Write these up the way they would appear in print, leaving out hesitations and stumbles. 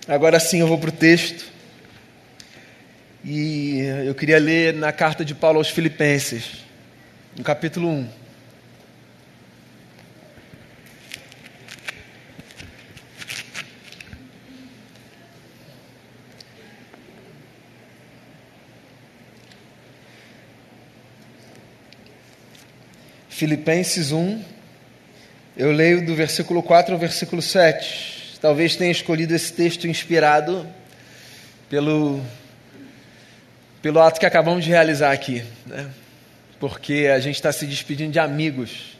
Agora sim eu vou para o texto. E eu queria ler na carta de Paulo aos Filipenses, no capítulo 1. Filipenses 1, eu leio do versículo 4 ao versículo 7. Talvez tenha escolhido esse texto inspirado pelo ato que acabamos de realizar aqui, né? Porque a gente está se despedindo de amigos.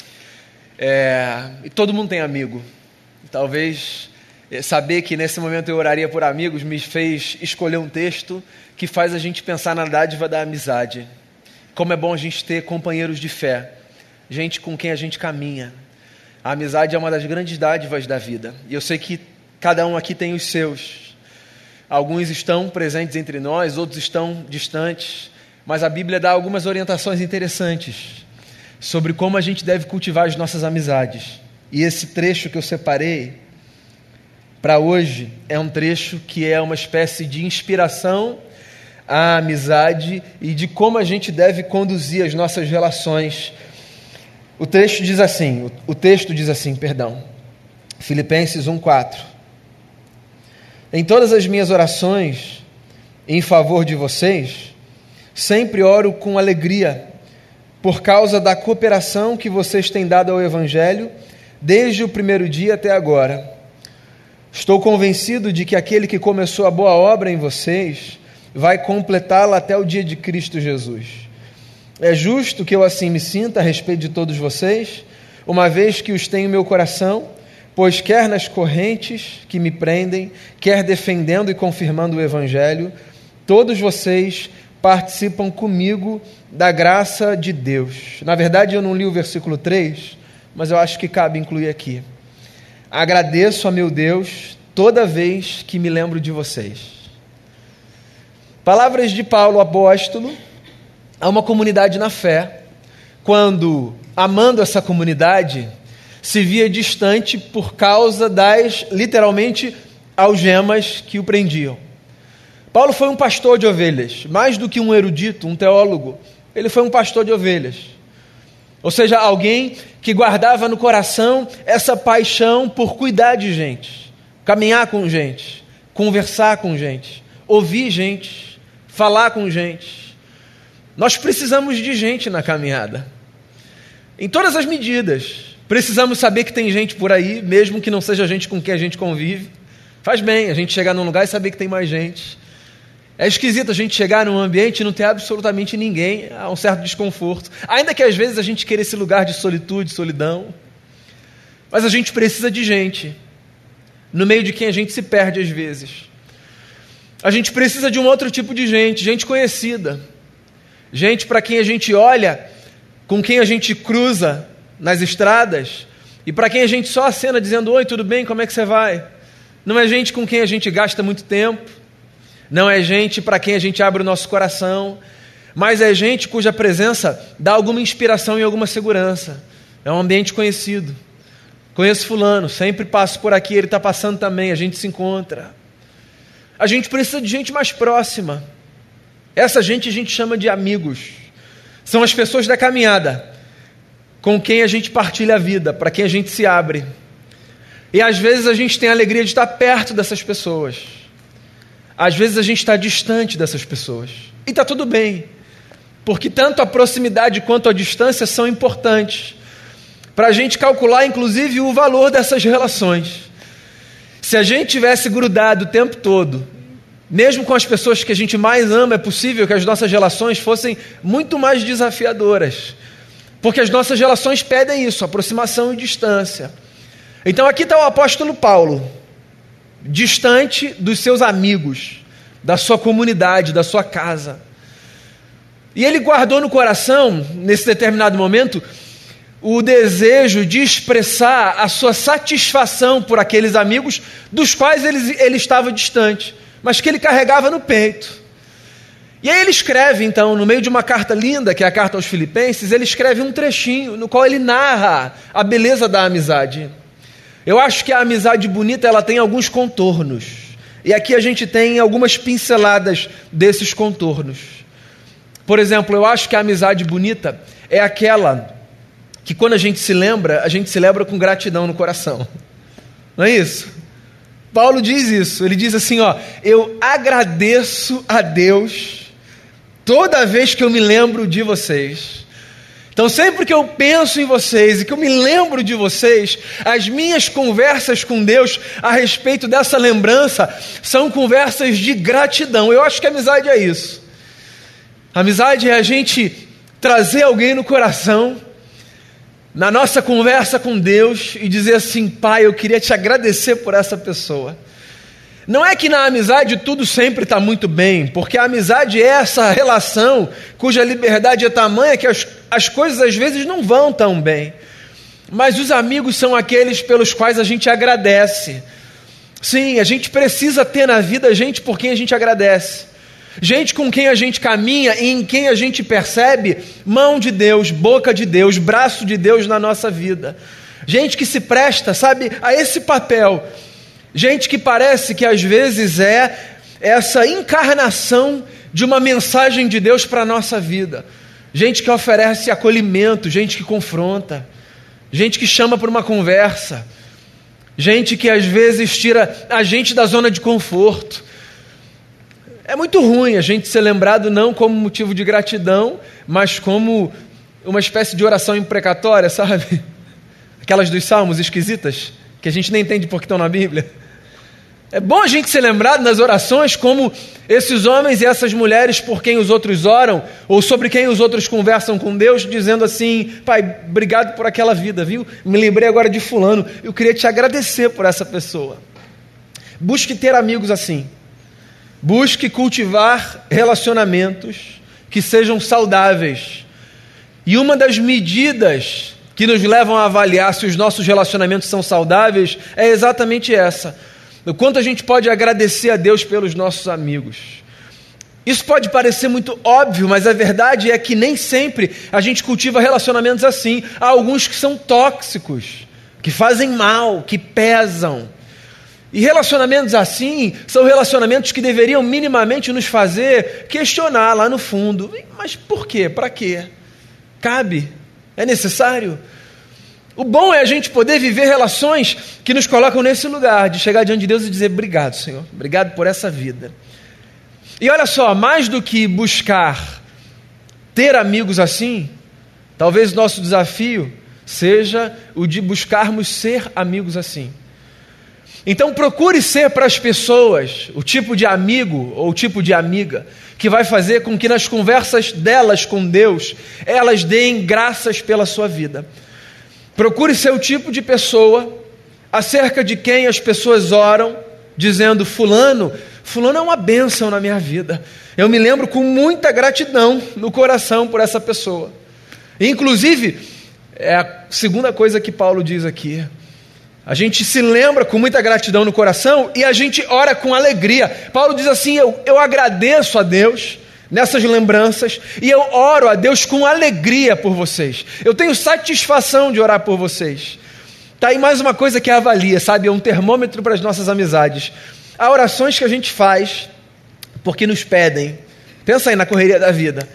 E todo mundo tem amigo. Talvez saber que nesse momento eu oraria por amigos me fez escolher um texto que faz a gente pensar na dádiva da amizade. Como é bom a gente ter companheiros de fé, gente com quem a gente caminha. A amizade é uma das grandes dádivas da vida. E eu sei que cada um aqui tem os seus. Alguns estão presentes entre nós, outros estão distantes. Mas a Bíblia dá algumas orientações interessantes sobre como a gente deve cultivar as nossas amizades. E esse trecho que eu separei para hoje é um trecho que é uma espécie de inspiração à amizade e de como a gente deve conduzir as nossas relações. O texto diz assim, Filipenses 1:4. Em todas as minhas orações em favor de vocês, sempre oro com alegria, por causa da cooperação que vocês têm dado ao Evangelho, desde o primeiro dia até agora. Estou convencido de que aquele que começou a boa obra em vocês vai completá-la até o dia de Cristo Jesus. É justo que eu assim me sinta a respeito de todos vocês, uma vez que os tenho em meu coração, pois quer nas correntes que me prendem, quer defendendo e confirmando o Evangelho, todos vocês participam comigo da graça de Deus. Na verdade, eu não li o versículo 3, mas eu acho que cabe incluir aqui. Agradeço a meu Deus toda vez que me lembro de vocês. Palavras de Paulo, apóstolo, a uma comunidade na fé, quando, amando essa comunidade, se via distante por causa das, literalmente, algemas que o prendiam. Paulo foi um pastor de ovelhas, mais do que um erudito, um teólogo, ele foi um pastor de ovelhas. Ou seja, alguém que guardava no coração essa paixão por cuidar de gente, caminhar com gente, conversar com gente, ouvir gente, falar com gente. Nós precisamos de gente na caminhada, em todas as medidas. Precisamos saber que tem gente por aí, mesmo que não seja gente com quem a gente convive. Faz bem a gente chegar num lugar e saber que tem mais gente. É esquisito a gente chegar num ambiente e não ter absolutamente ninguém, há um certo desconforto. Ainda que às vezes a gente queira esse lugar de solitude, solidão. Mas a gente precisa de gente, no meio de quem a gente se perde às vezes. A gente precisa de um outro tipo de gente, gente conhecida. Gente para quem a gente olha, com quem a gente cruza nas estradas e para quem a gente só acena dizendo: oi, tudo bem, como é que você vai? Não é gente com quem a gente gasta muito tempo, não é gente para quem a gente abre o nosso coração, mas é gente cuja presença dá alguma inspiração e alguma segurança. É um ambiente conhecido. Conheço fulano, sempre passo por aqui, ele está passando também, a gente se encontra. A gente precisa de gente mais próxima. Essa gente a gente chama de amigos. São as pessoas da caminhada, com quem a gente partilha a vida, para quem a gente se abre. E às vezes a gente tem a alegria de estar perto dessas pessoas. Às vezes a gente está distante dessas pessoas. E está tudo bem, porque tanto a proximidade quanto a distância são importantes, para a gente calcular inclusive o valor dessas relações. Se a gente tivesse grudado o tempo todo, mesmo com as pessoas que a gente mais ama, é possível que as nossas relações fossem muito mais desafiadoras, porque as nossas relações pedem isso, aproximação e distância. Então aqui está o apóstolo Paulo, distante dos seus amigos, da sua comunidade, da sua casa. E ele guardou no coração, nesse determinado momento, o desejo de expressar a sua satisfação por aqueles amigos dos quais ele estava distante, mas que ele carregava no peito. E aí ele escreve, então, no meio de uma carta linda, que é a carta aos Filipenses, ele escreve um trechinho no qual ele narra a beleza da amizade. Eu acho que a amizade bonita, ela tem alguns contornos. E aqui a gente tem algumas pinceladas desses contornos. Por exemplo, eu acho que a amizade bonita é aquela que quando a gente se lembra com gratidão no coração. Não é isso? Paulo diz isso, ele diz assim, eu agradeço a Deus toda vez que eu me lembro de vocês. Então sempre que eu penso em vocês e que eu me lembro de vocês, as minhas conversas com Deus a respeito dessa lembrança são conversas de gratidão. Eu acho que amizade é isso. Amizade é a gente trazer alguém no coração, na nossa conversa com Deus, e dizer assim, Pai, eu queria te agradecer por essa pessoa. Não é que na amizade tudo sempre está muito bem, porque a amizade é essa relação cuja liberdade é tamanha que as coisas às vezes não vão tão bem. Mas os amigos são aqueles pelos quais a gente agradece. Sim, a gente precisa ter na vida gente por quem a gente agradece. Gente com quem a gente caminha e em quem a gente percebe mão de Deus, boca de Deus, braço de Deus na nossa vida. Gente que se presta, sabe, a esse papel. Gente que parece que às vezes é essa encarnação de uma mensagem de Deus para a nossa vida. Gente que oferece acolhimento, gente que confronta, gente que chama para uma conversa, gente que às vezes tira a gente da zona de conforto. É muito ruim a gente ser lembrado não como motivo de gratidão, mas como uma espécie de oração imprecatória, sabe? Aquelas dos salmos esquisitas, que a gente nem entende porque estão na Bíblia. É bom a gente ser lembrado nas orações como esses homens e essas mulheres por quem os outros oram, ou sobre quem os outros conversam com Deus, dizendo assim, Pai, obrigado por aquela vida, viu? Me lembrei agora de fulano, eu queria te agradecer por essa pessoa. Busque ter amigos assim. Busque cultivar relacionamentos que sejam saudáveis. E uma das medidas que nos levam a avaliar se os nossos relacionamentos são saudáveis é exatamente essa. O quanto a gente pode agradecer a Deus pelos nossos amigos. Isso pode parecer muito óbvio, mas a verdade é que nem sempre a gente cultiva relacionamentos assim. Há alguns que são tóxicos, que fazem mal, que pesam. E relacionamentos assim são relacionamentos que deveriam minimamente nos fazer questionar lá no fundo. Mas por quê? Para quê? Cabe? É necessário? O bom é a gente poder viver relações que nos colocam nesse lugar, de chegar diante de Deus e dizer, obrigado, Senhor, obrigado por essa vida. E olha só, mais do que buscar ter amigos assim, talvez o nosso desafio seja o de buscarmos ser amigos assim. Então procure ser para as pessoas o tipo de amigo ou o tipo de amiga que vai fazer com que nas conversas delas com Deus, elas deem graças pela sua vida. Procure ser o tipo de pessoa acerca de quem as pessoas oram, dizendo, fulano é uma bênção na minha vida. Eu me lembro com muita gratidão no coração por essa pessoa. Inclusive, é a segunda coisa que Paulo diz aqui. A gente se lembra com muita gratidão no coração e a gente ora com alegria. Paulo diz assim, eu agradeço a Deus nessas lembranças e eu oro a Deus com alegria por vocês. Eu tenho satisfação de orar por vocês. Tá aí mais uma coisa que avalia, sabe? É um termômetro para as nossas amizades. Há orações que a gente faz porque nos pedem. Pensa aí na correria da vida.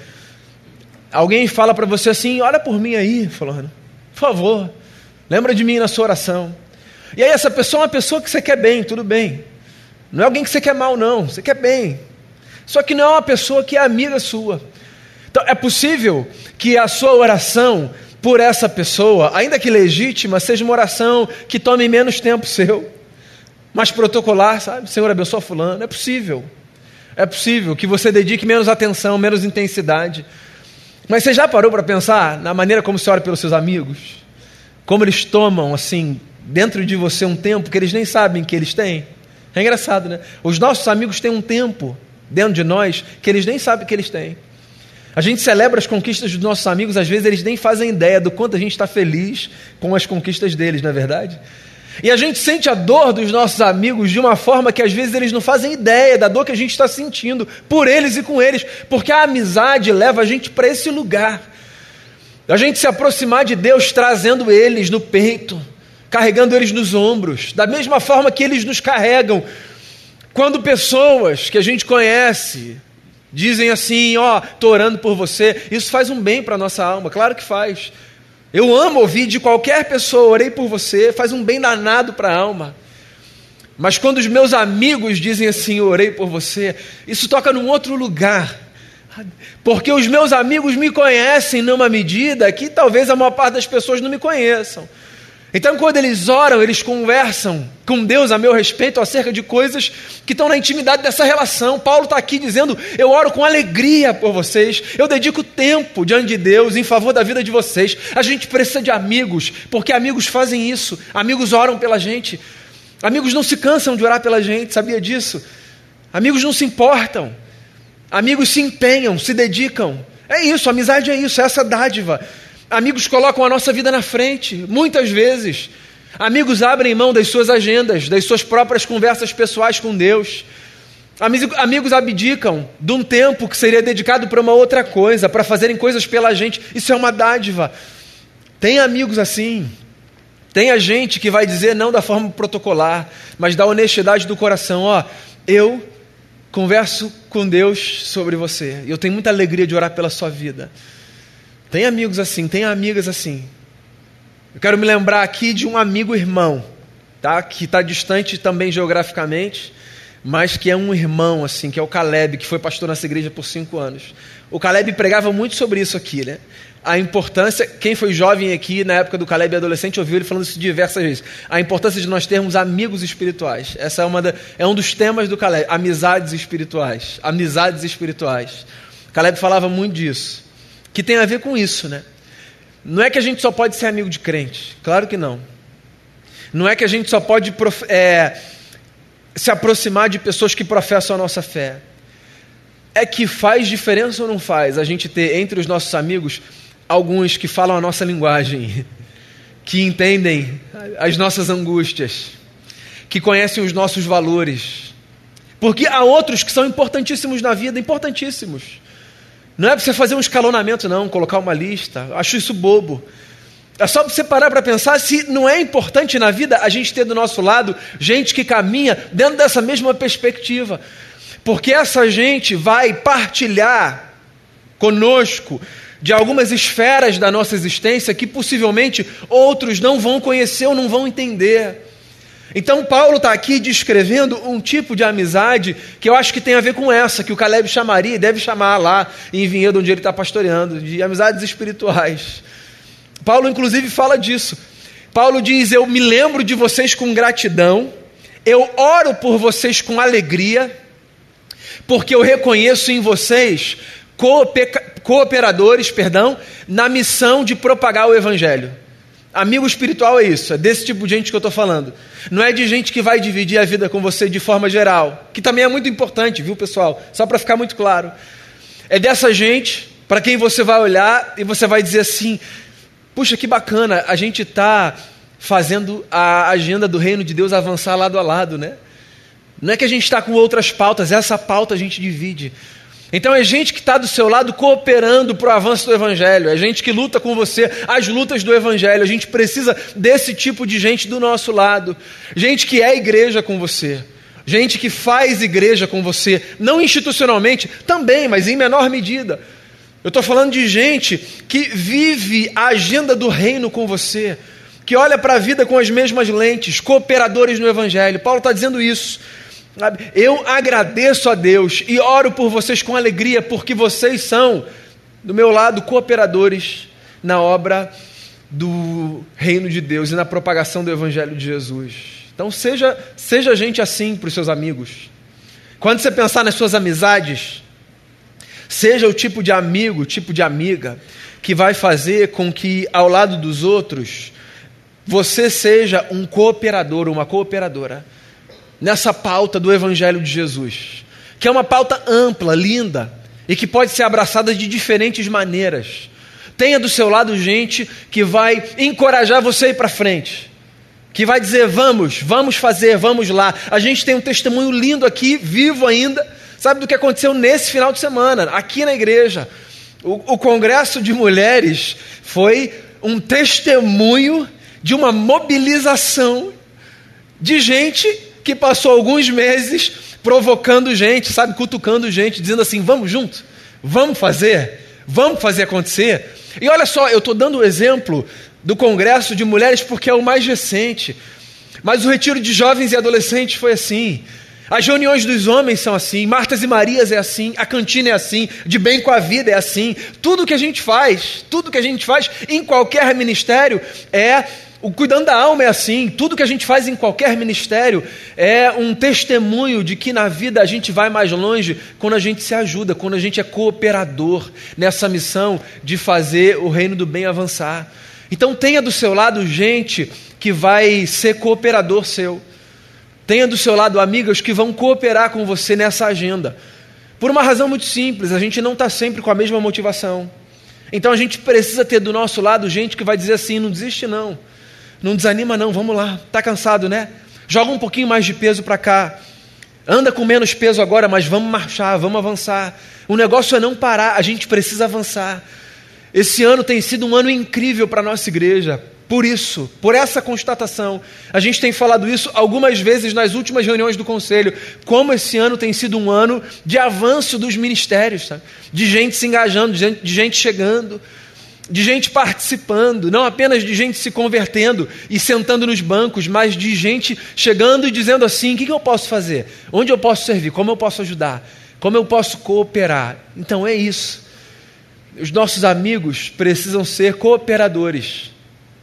Alguém fala para você assim, ora por mim aí, fulano, por favor, lembra de mim na sua oração. E aí essa pessoa é uma pessoa que você quer bem, tudo bem. Não é alguém que você quer mal, não. Você quer bem. Só que não é uma pessoa que é amiga sua. Então é possível que a sua oração por essa pessoa, ainda que legítima, seja uma oração que tome menos tempo seu. Mais protocolar, sabe? Senhor, abençoa fulano. É possível. É possível que você dedique menos atenção, menos intensidade. Mas você já parou para pensar na maneira como você ora pelos seus amigos? Como eles tomam, assim, dentro de você um tempo que eles nem sabem que eles têm? É engraçado, né? Os nossos amigos têm um tempo dentro de nós que eles nem sabem que eles têm. A gente celebra as conquistas dos nossos amigos, às vezes eles nem fazem ideia do quanto a gente está feliz com as conquistas deles, não é verdade? E a gente sente a dor dos nossos amigos de uma forma que às vezes eles não fazem ideia da dor que a gente está sentindo por eles e com eles, porque a amizade leva a gente para esse lugar. A gente se aproximar de Deus trazendo eles no peito, carregando eles nos ombros, da mesma forma que eles nos carregam. Quando pessoas que a gente conhece dizem assim, estou orando por você, isso faz um bem para a nossa alma, claro que faz. Eu amo ouvir de qualquer pessoa, orei por você, faz um bem danado para a alma. Mas quando os meus amigos dizem assim, orei por você, isso toca num outro lugar. Porque os meus amigos me conhecem numa medida que talvez a maior parte das pessoas não me conheçam. Então, quando eles oram, eles conversam com Deus a meu respeito acerca de coisas que estão na intimidade dessa relação. Paulo está aqui dizendo, eu oro com alegria por vocês, eu dedico tempo diante de Deus em favor da vida de vocês. A gente precisa de amigos, porque amigos fazem isso, amigos oram pela gente. Amigos não se cansam de orar pela gente, sabia disso? Amigos não se importam, amigos se empenham, se dedicam. É isso, amizade é isso, é essa dádiva. Amigos colocam a nossa vida na frente, muitas vezes. Amigos abrem mão das suas agendas, das suas próprias conversas pessoais com Deus. Amigos abdicam de um tempo que seria dedicado para uma outra coisa, para fazerem coisas pela gente. Isso é uma dádiva. Tem amigos assim. Tem a gente que vai dizer não da forma protocolar, mas da honestidade do coração. Eu converso com Deus sobre você. Eu tenho muita alegria de orar pela sua vida. Tem amigos assim, tem amigas assim. Eu quero me lembrar aqui de um amigo irmão, tá? Que está distante também geograficamente, mas que é um irmão, assim, que é o Caleb, que foi pastor nessa igreja por 5 anos. O Caleb pregava muito sobre isso aqui, né? A importância, quem foi jovem aqui na época do Caleb adolescente ouviu ele falando isso diversas vezes. A importância de nós termos amigos espirituais. Essa é um dos temas do Caleb, amizades espirituais. Amizades espirituais. O Caleb falava muito disso. Que tem a ver com isso, né? Não é que a gente só pode ser amigo de crente, claro que não. Não é que a gente só pode se aproximar de pessoas que professam a nossa fé. É que faz diferença ou não faz a gente ter entre os nossos amigos alguns que falam a nossa linguagem, que entendem as nossas angústias, que conhecem os nossos valores. Porque há outros que são importantíssimos na vida, importantíssimos. Não é para você fazer um escalonamento, não, colocar uma lista. Acho isso bobo. É só para você parar para pensar se não é importante na vida a gente ter do nosso lado gente que caminha dentro dessa mesma perspectiva. Porque essa gente vai partilhar conosco de algumas esferas da nossa existência que possivelmente outros não vão conhecer ou não vão entender. Então Paulo está aqui descrevendo um tipo de amizade que eu acho que tem a ver com essa, que o Caleb chamaria e deve chamar lá em Vinhedo, onde ele está pastoreando, de amizades espirituais. Paulo inclusive fala disso. Paulo diz, eu me lembro de vocês com gratidão, eu oro por vocês com alegria, porque eu reconheço em vocês cooperadores, na missão de propagar o Evangelho. Amigo espiritual é isso, é desse tipo de gente que eu estou falando. Não é de gente que vai dividir a vida com você de forma geral, que também é muito importante, viu, pessoal? Só para ficar muito claro. É dessa gente para quem você vai olhar e você vai dizer assim, puxa, que bacana, a gente está fazendo a agenda do reino de Deus avançar lado a lado, né? Não é que a gente está com outras pautas, essa pauta a gente divide. Então é gente que está do seu lado cooperando para o avanço do Evangelho, é gente que luta com você as lutas do Evangelho, a gente precisa desse tipo de gente do nosso lado, gente que é igreja com você, gente que faz igreja com você, não institucionalmente, também, mas em menor medida. Eu estou falando de gente que vive a agenda do reino com você, que olha para a vida com as mesmas lentes, cooperadores no Evangelho. Paulo está dizendo isso. Eu agradeço a Deus e oro por vocês com alegria, porque vocês são, do meu lado, cooperadores na obra do reino de Deus e na propagação do Evangelho de Jesus. Então seja gente assim para os seus amigos. Quando você pensar nas suas amizades, seja o tipo de amigo, tipo de amiga que vai fazer com que ao lado dos outros você seja um cooperador, uma cooperadora nessa pauta do Evangelho de Jesus, que é uma pauta ampla, linda, e que pode ser abraçada de diferentes maneiras. Tenha do seu lado gente que vai encorajar você a ir para frente, que vai dizer, vamos fazer, vamos lá. A gente tem um testemunho lindo aqui, vivo ainda, sabe do que aconteceu nesse final de semana, aqui na igreja. O Congresso de Mulheres foi um testemunho de uma mobilização de gente que passou alguns meses provocando gente, sabe, cutucando gente, dizendo assim, vamos junto, vamos fazer acontecer. E olha só, eu estou dando o exemplo do Congresso de Mulheres porque é o mais recente, mas o retiro de jovens e adolescentes foi assim. As reuniões dos homens são assim, Martas e Marias é assim, a cantina é assim, de bem com a vida é assim. Tudo que a gente faz em qualquer ministério o cuidando da alma é assim. Tudo que a gente faz em qualquer ministério é um testemunho de que na vida a gente vai mais longe quando a gente se ajuda, quando a gente é cooperador nessa missão de fazer o reino do bem avançar. Então tenha do seu lado gente que vai ser cooperador seu. Tenha do seu lado amigas que vão cooperar com você nessa agenda. Por uma razão muito simples, a gente não está sempre com a mesma motivação. Então a gente precisa ter do nosso lado gente que vai dizer assim, não desiste não, não desanima não, vamos lá, está cansado né? Joga um pouquinho mais de peso para cá, anda com menos peso agora, mas vamos marchar, vamos avançar. O negócio é não parar, a gente precisa avançar. Esse ano tem sido um ano incrível para a nossa igreja. Por isso, por essa constatação, a gente tem falado isso algumas vezes nas últimas reuniões do Conselho, como esse ano tem sido um ano de avanço dos ministérios, sabe? De gente se engajando, de gente chegando, de gente participando, não apenas de gente se convertendo e sentando nos bancos, mas de gente chegando e dizendo assim, o que eu posso fazer? Onde eu posso servir? Como eu posso ajudar? Como eu posso cooperar? Então é isso. Os nossos amigos precisam ser cooperadores.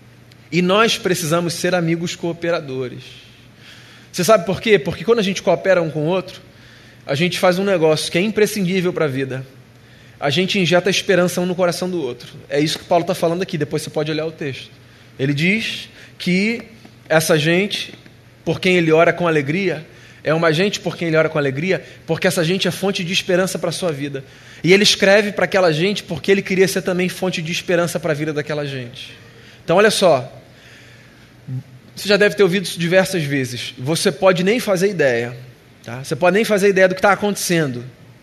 E nós precisamos ser amigos cooperadores. Você sabe por quê? Porque quando a gente coopera um com o outro, a gente faz um negócio que é imprescindível para a vida. A gente injeta esperança um no coração do outro. É isso que Paulo está falando aqui, depois você pode olhar o texto. Ele diz que essa gente, por quem ele ora com alegria, é uma gente por quem ele ora com alegria, porque essa gente é fonte de esperança para a sua vida. E ele escreve para aquela gente porque ele queria ser também fonte de esperança para a vida daquela gente. Então olha só, você já deve ter ouvido isso diversas vezes, você pode nem fazer ideia, tá? Você pode nem fazer ideia do que está acontecendo,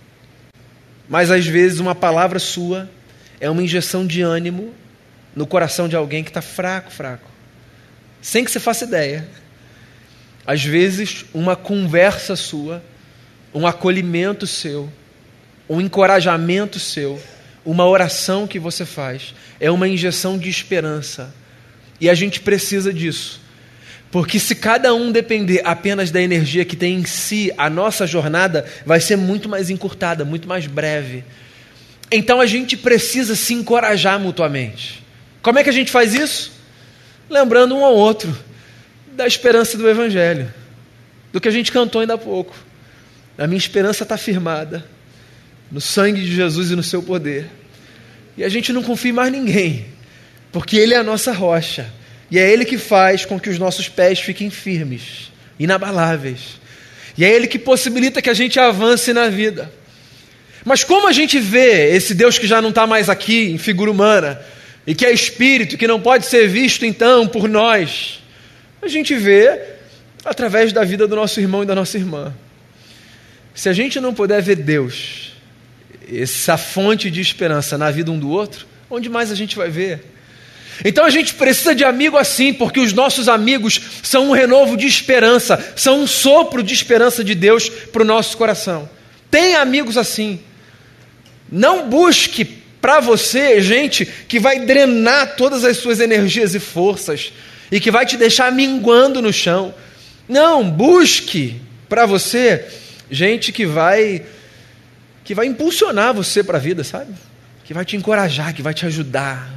mas às vezes uma palavra sua é uma injeção de ânimo no coração de alguém que está fraco, sem que você faça ideia. Às vezes uma conversa sua, um acolhimento seu, um encorajamento seu, uma oração que você faz, é uma injeção de esperança. E a gente precisa disso. Porque se cada um depender apenas da energia que tem em si, a nossa jornada vai ser muito mais encurtada, muito mais breve. Então a gente precisa se encorajar mutuamente. Como é que a gente faz isso? Lembrando um ao outro da esperança do Evangelho, do que a gente cantou ainda há pouco. A minha esperança está firmada no sangue de Jesus e no seu poder. E a gente não confia em mais ninguém, porque Ele é a nossa rocha. E é Ele que faz com que os nossos pés fiquem firmes, inabaláveis. E é Ele que possibilita que a gente avance na vida. Mas como a gente vê esse Deus que já não está mais aqui em figura humana, e que é Espírito, que não pode ser visto então por nós, a gente vê através da vida do nosso irmão e da nossa irmã. Se a gente não puder ver Deus, essa fonte de esperança na vida um do outro, onde mais a gente vai ver? Então a gente precisa de amigo assim, porque os nossos amigos são um renovo de esperança, são um sopro de esperança de Deus para o nosso coração. Tenha amigos assim. Não busque para você gente que vai drenar todas as suas energias e forças e que vai te deixar minguando no chão. Não, busque para você gente que vai impulsionar você para a vida, sabe? Que vai te encorajar, que vai te ajudar.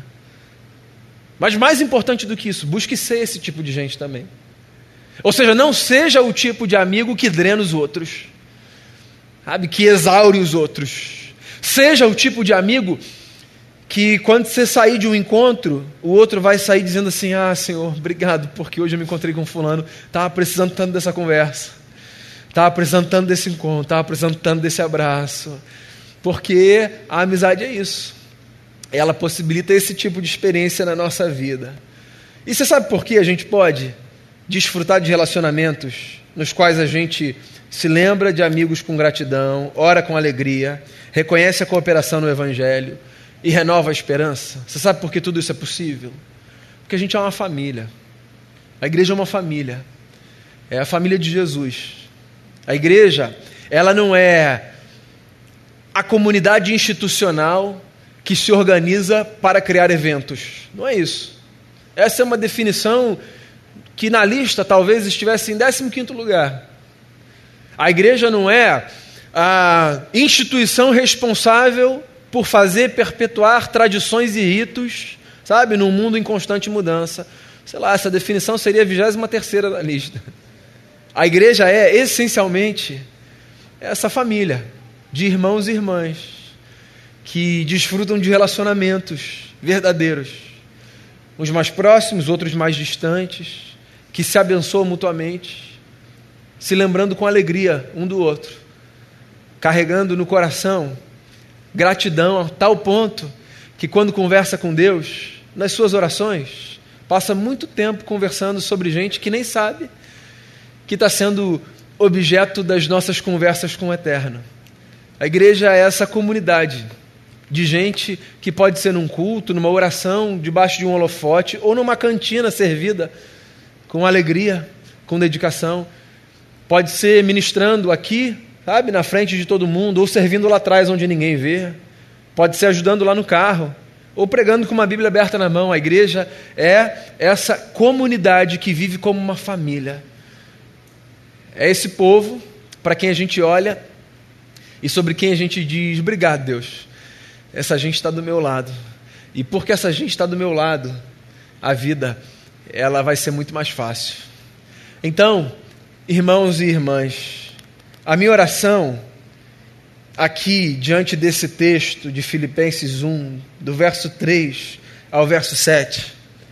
Mas mais importante do que isso, busque ser esse tipo de gente também. Ou seja, não seja o tipo de amigo que drena os outros, sabe? Que exaure os outros. Seja o tipo de amigo que quando você sair de um encontro, o outro vai sair dizendo assim, Senhor, obrigado, porque hoje eu me encontrei com fulano, estava precisando tanto dessa conversa, estava precisando tanto desse encontro, estava precisando tanto desse abraço. Porque a amizade é isso. Ela possibilita esse tipo de experiência na nossa vida. E você sabe por que a gente pode desfrutar de relacionamentos nos quais a gente se lembra de amigos com gratidão, ora com alegria, reconhece a cooperação no Evangelho e renova a esperança? Você sabe por que tudo isso é possível? Porque a gente é uma família. A igreja é uma família. É a família de Jesus. A igreja, ela não é a comunidade institucional que se organiza para criar eventos. Não é isso. Essa é uma definição que na lista talvez estivesse em 15º lugar. A igreja não é a instituição responsável por fazer perpetuar tradições e ritos, sabe, num mundo em constante mudança. Sei lá, essa definição seria a 23ª da lista. A igreja é, essencialmente, essa família de irmãos e irmãs que desfrutam de relacionamentos verdadeiros, uns mais próximos, outros mais distantes, que se abençoam mutuamente, se lembrando com alegria um do outro, carregando no coração gratidão a tal ponto que quando conversa com Deus, nas suas orações, passa muito tempo conversando sobre gente que nem sabe que está sendo objeto das nossas conversas com o Eterno. A igreja é essa comunidade de gente que pode ser num culto, numa oração, debaixo de um holofote, ou numa cantina servida com alegria, com dedicação. Pode ser ministrando aqui, sabe, na frente de todo mundo, ou servindo lá atrás onde ninguém vê. Pode ser ajudando lá no carro, ou pregando com uma Bíblia aberta na mão. A igreja é essa comunidade que vive como uma família. É esse povo para quem a gente olha e sobre quem a gente diz: obrigado, Deus, essa gente está do meu lado. E porque essa gente está do meu lado, a vida, ela vai ser muito mais fácil. Então, irmãos e irmãs, a minha oração aqui, diante desse texto de Filipenses 1, do verso 3 ao verso 7,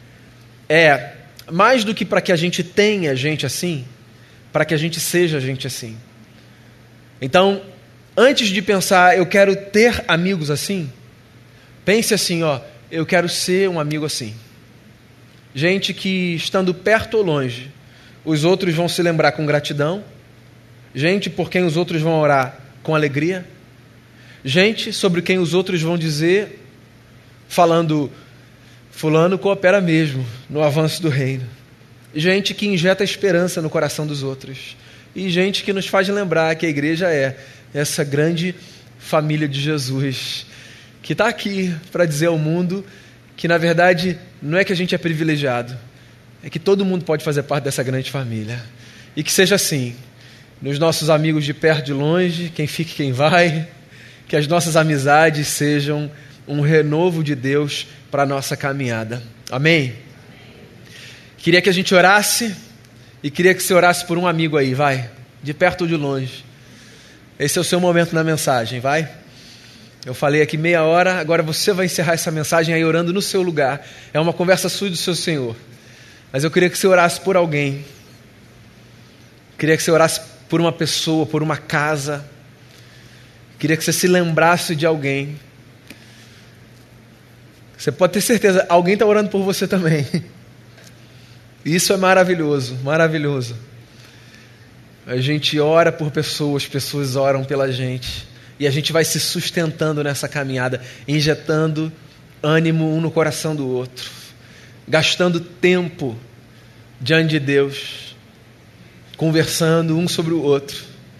é mais do que para que a gente tenha gente assim, para que a gente seja gente assim. Então, antes de pensar, eu quero ter amigos assim, pense assim, eu quero ser um amigo assim. Gente que, estando perto ou longe, os outros vão se lembrar com gratidão, gente por quem os outros vão orar com alegria, gente sobre quem os outros vão dizer, falando: fulano coopera mesmo no avanço do reino. Gente que injeta esperança no coração dos outros. E gente que nos faz lembrar que a igreja é essa grande família de Jesus, que está aqui para dizer ao mundo que, na verdade, não é que a gente é privilegiado, é que todo mundo pode fazer parte dessa grande família. E que seja assim, nos nossos amigos de perto e de longe, quem fica e quem vai, que as nossas amizades sejam um renovo de Deus para a nossa caminhada. Amém? Queria que a gente orasse, e queria que você orasse por um amigo aí, vai, de perto ou de longe. Esse é o seu momento na mensagem, vai? Eu falei aqui meia hora, agora você vai encerrar essa mensagem aí orando no seu lugar. É uma conversa sua e do seu Senhor. Mas eu queria que você orasse por alguém. Queria que você orasse por uma pessoa, por uma casa. Queria que você se lembrasse de alguém. Você pode ter certeza, alguém está orando por você também. Isso é maravilhoso, maravilhoso. A gente ora por pessoas, pessoas oram pela gente. E a gente vai se sustentando nessa caminhada, injetando ânimo um no coração do outro, gastando tempo diante de Deus, conversando um sobre o outro.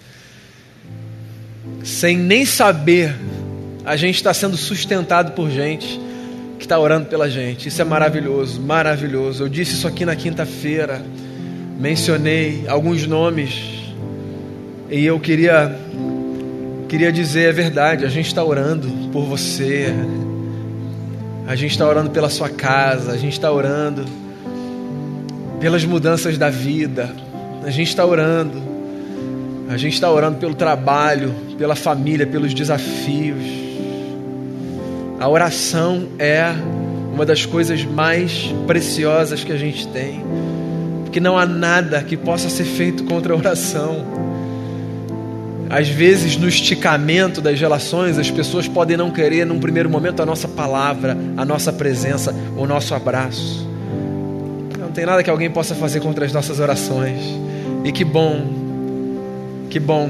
Sem nem saber, a gente está sendo sustentado por gente que está orando pela gente. Isso é maravilhoso, maravilhoso. Eu disse isso aqui na quinta-feira, mencionei alguns nomes, e eu queria dizer, é verdade, a gente está orando por você, a gente está orando pela sua casa, a gente está orando pelas mudanças da vida, a gente está orando pelo trabalho, pela família, pelos desafios. A oração é uma das coisas mais preciosas que a gente tem, porque não há nada que possa ser feito contra a oração. Às vezes, no esticamento das relações, as pessoas podem não querer, num primeiro momento, a nossa palavra, a nossa presença, o nosso abraço. Não tem nada que alguém possa fazer contra as nossas orações. E que bom, que bom.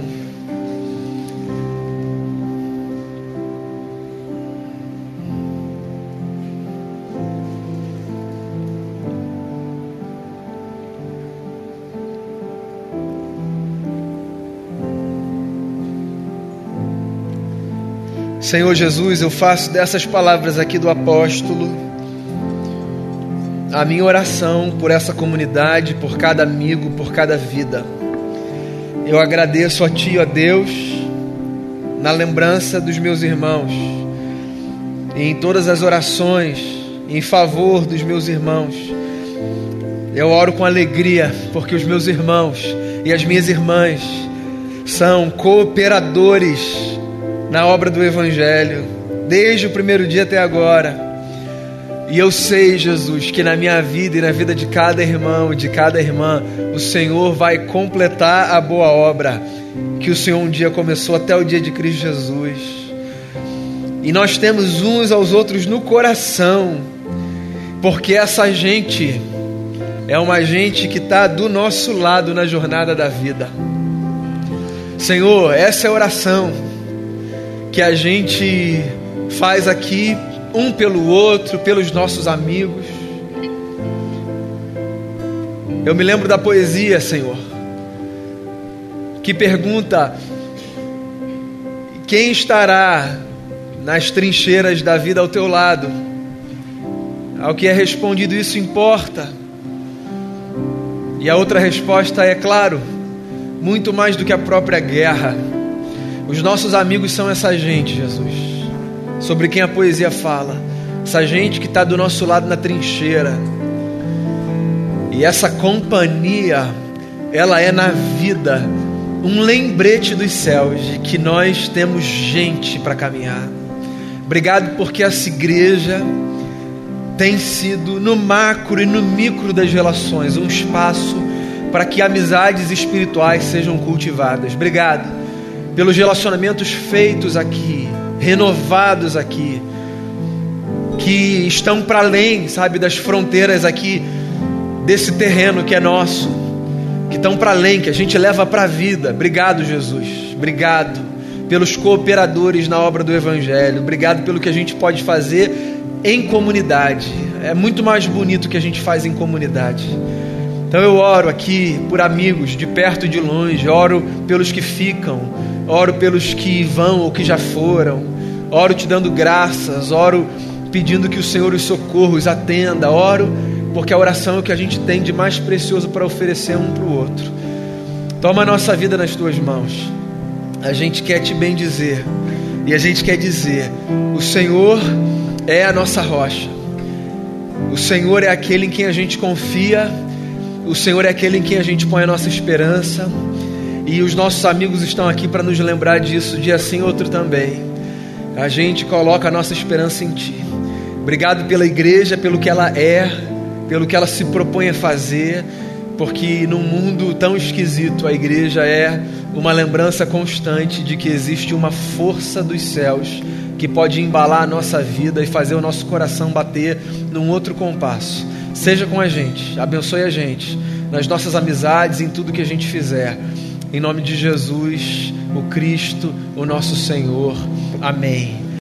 Senhor Jesus, eu faço dessas palavras aqui do apóstolo a minha oração por essa comunidade, por cada amigo, por cada vida. Eu agradeço a Ti, ó Deus, na lembrança dos meus irmãos, e em todas as orações em favor dos meus irmãos. Eu oro com alegria, porque os meus irmãos e as minhas irmãs são cooperadores na obra do Evangelho, desde o primeiro dia até agora. E eu sei, Jesus, que na minha vida e na vida de cada irmão e de cada irmã, o Senhor vai completar a boa obra que o Senhor um dia começou até o dia de Cristo Jesus. E nós temos uns aos outros no coração, porque essa gente é uma gente que está do nosso lado na jornada da vida. Senhor, essa é a oração que a gente faz aqui, um pelo outro, pelos nossos amigos. Eu me lembro da poesia, Senhor, que pergunta: quem estará nas trincheiras da vida ao teu lado? Ao que é respondido, isso importa. E a outra resposta é, claro, muito mais do que a própria guerra. Os nossos amigos são essa gente, Jesus, sobre quem a poesia fala. Essa gente que está do nosso lado na trincheira. E essa companhia, ela é na vida um lembrete dos céus de que nós temos gente para caminhar. Obrigado porque essa igreja tem sido, no macro e no micro das relações, um espaço para que amizades espirituais sejam cultivadas. Obrigado pelos relacionamentos feitos aqui, renovados aqui, que estão para além, sabe, das fronteiras aqui desse terreno que é nosso, que estão para além, que a gente leva para a vida. Obrigado, Jesus. Obrigado pelos cooperadores na obra do Evangelho. Obrigado pelo que a gente pode fazer em comunidade. É muito mais bonito o que a gente faz em comunidade. Então eu oro aqui por amigos de perto e de longe, oro pelos que ficam, oro pelos que vão ou que já foram, oro te dando graças, oro pedindo que o Senhor os socorra, os atenda, oro porque a oração é o que a gente tem de mais precioso para oferecer um para o outro. Toma a nossa vida nas tuas mãos. A gente quer te bendizer e a gente quer dizer: o Senhor é a nossa rocha, o Senhor é aquele em quem a gente confia, o Senhor é aquele em quem a gente põe a nossa esperança. E os nossos amigos estão aqui para nos lembrar disso, dia sim, outro também. A gente coloca a nossa esperança em Ti. Obrigado pela igreja, pelo que ela é, pelo que ela se propõe a fazer, porque num mundo tão esquisito, a igreja é uma lembrança constante de que existe uma força dos céus que pode embalar a nossa vida e fazer o nosso coração bater num outro compasso. Seja com a gente, abençoe a gente nas nossas amizades, em tudo que a gente fizer. Em nome de Jesus, o Cristo, o nosso Senhor. Amém.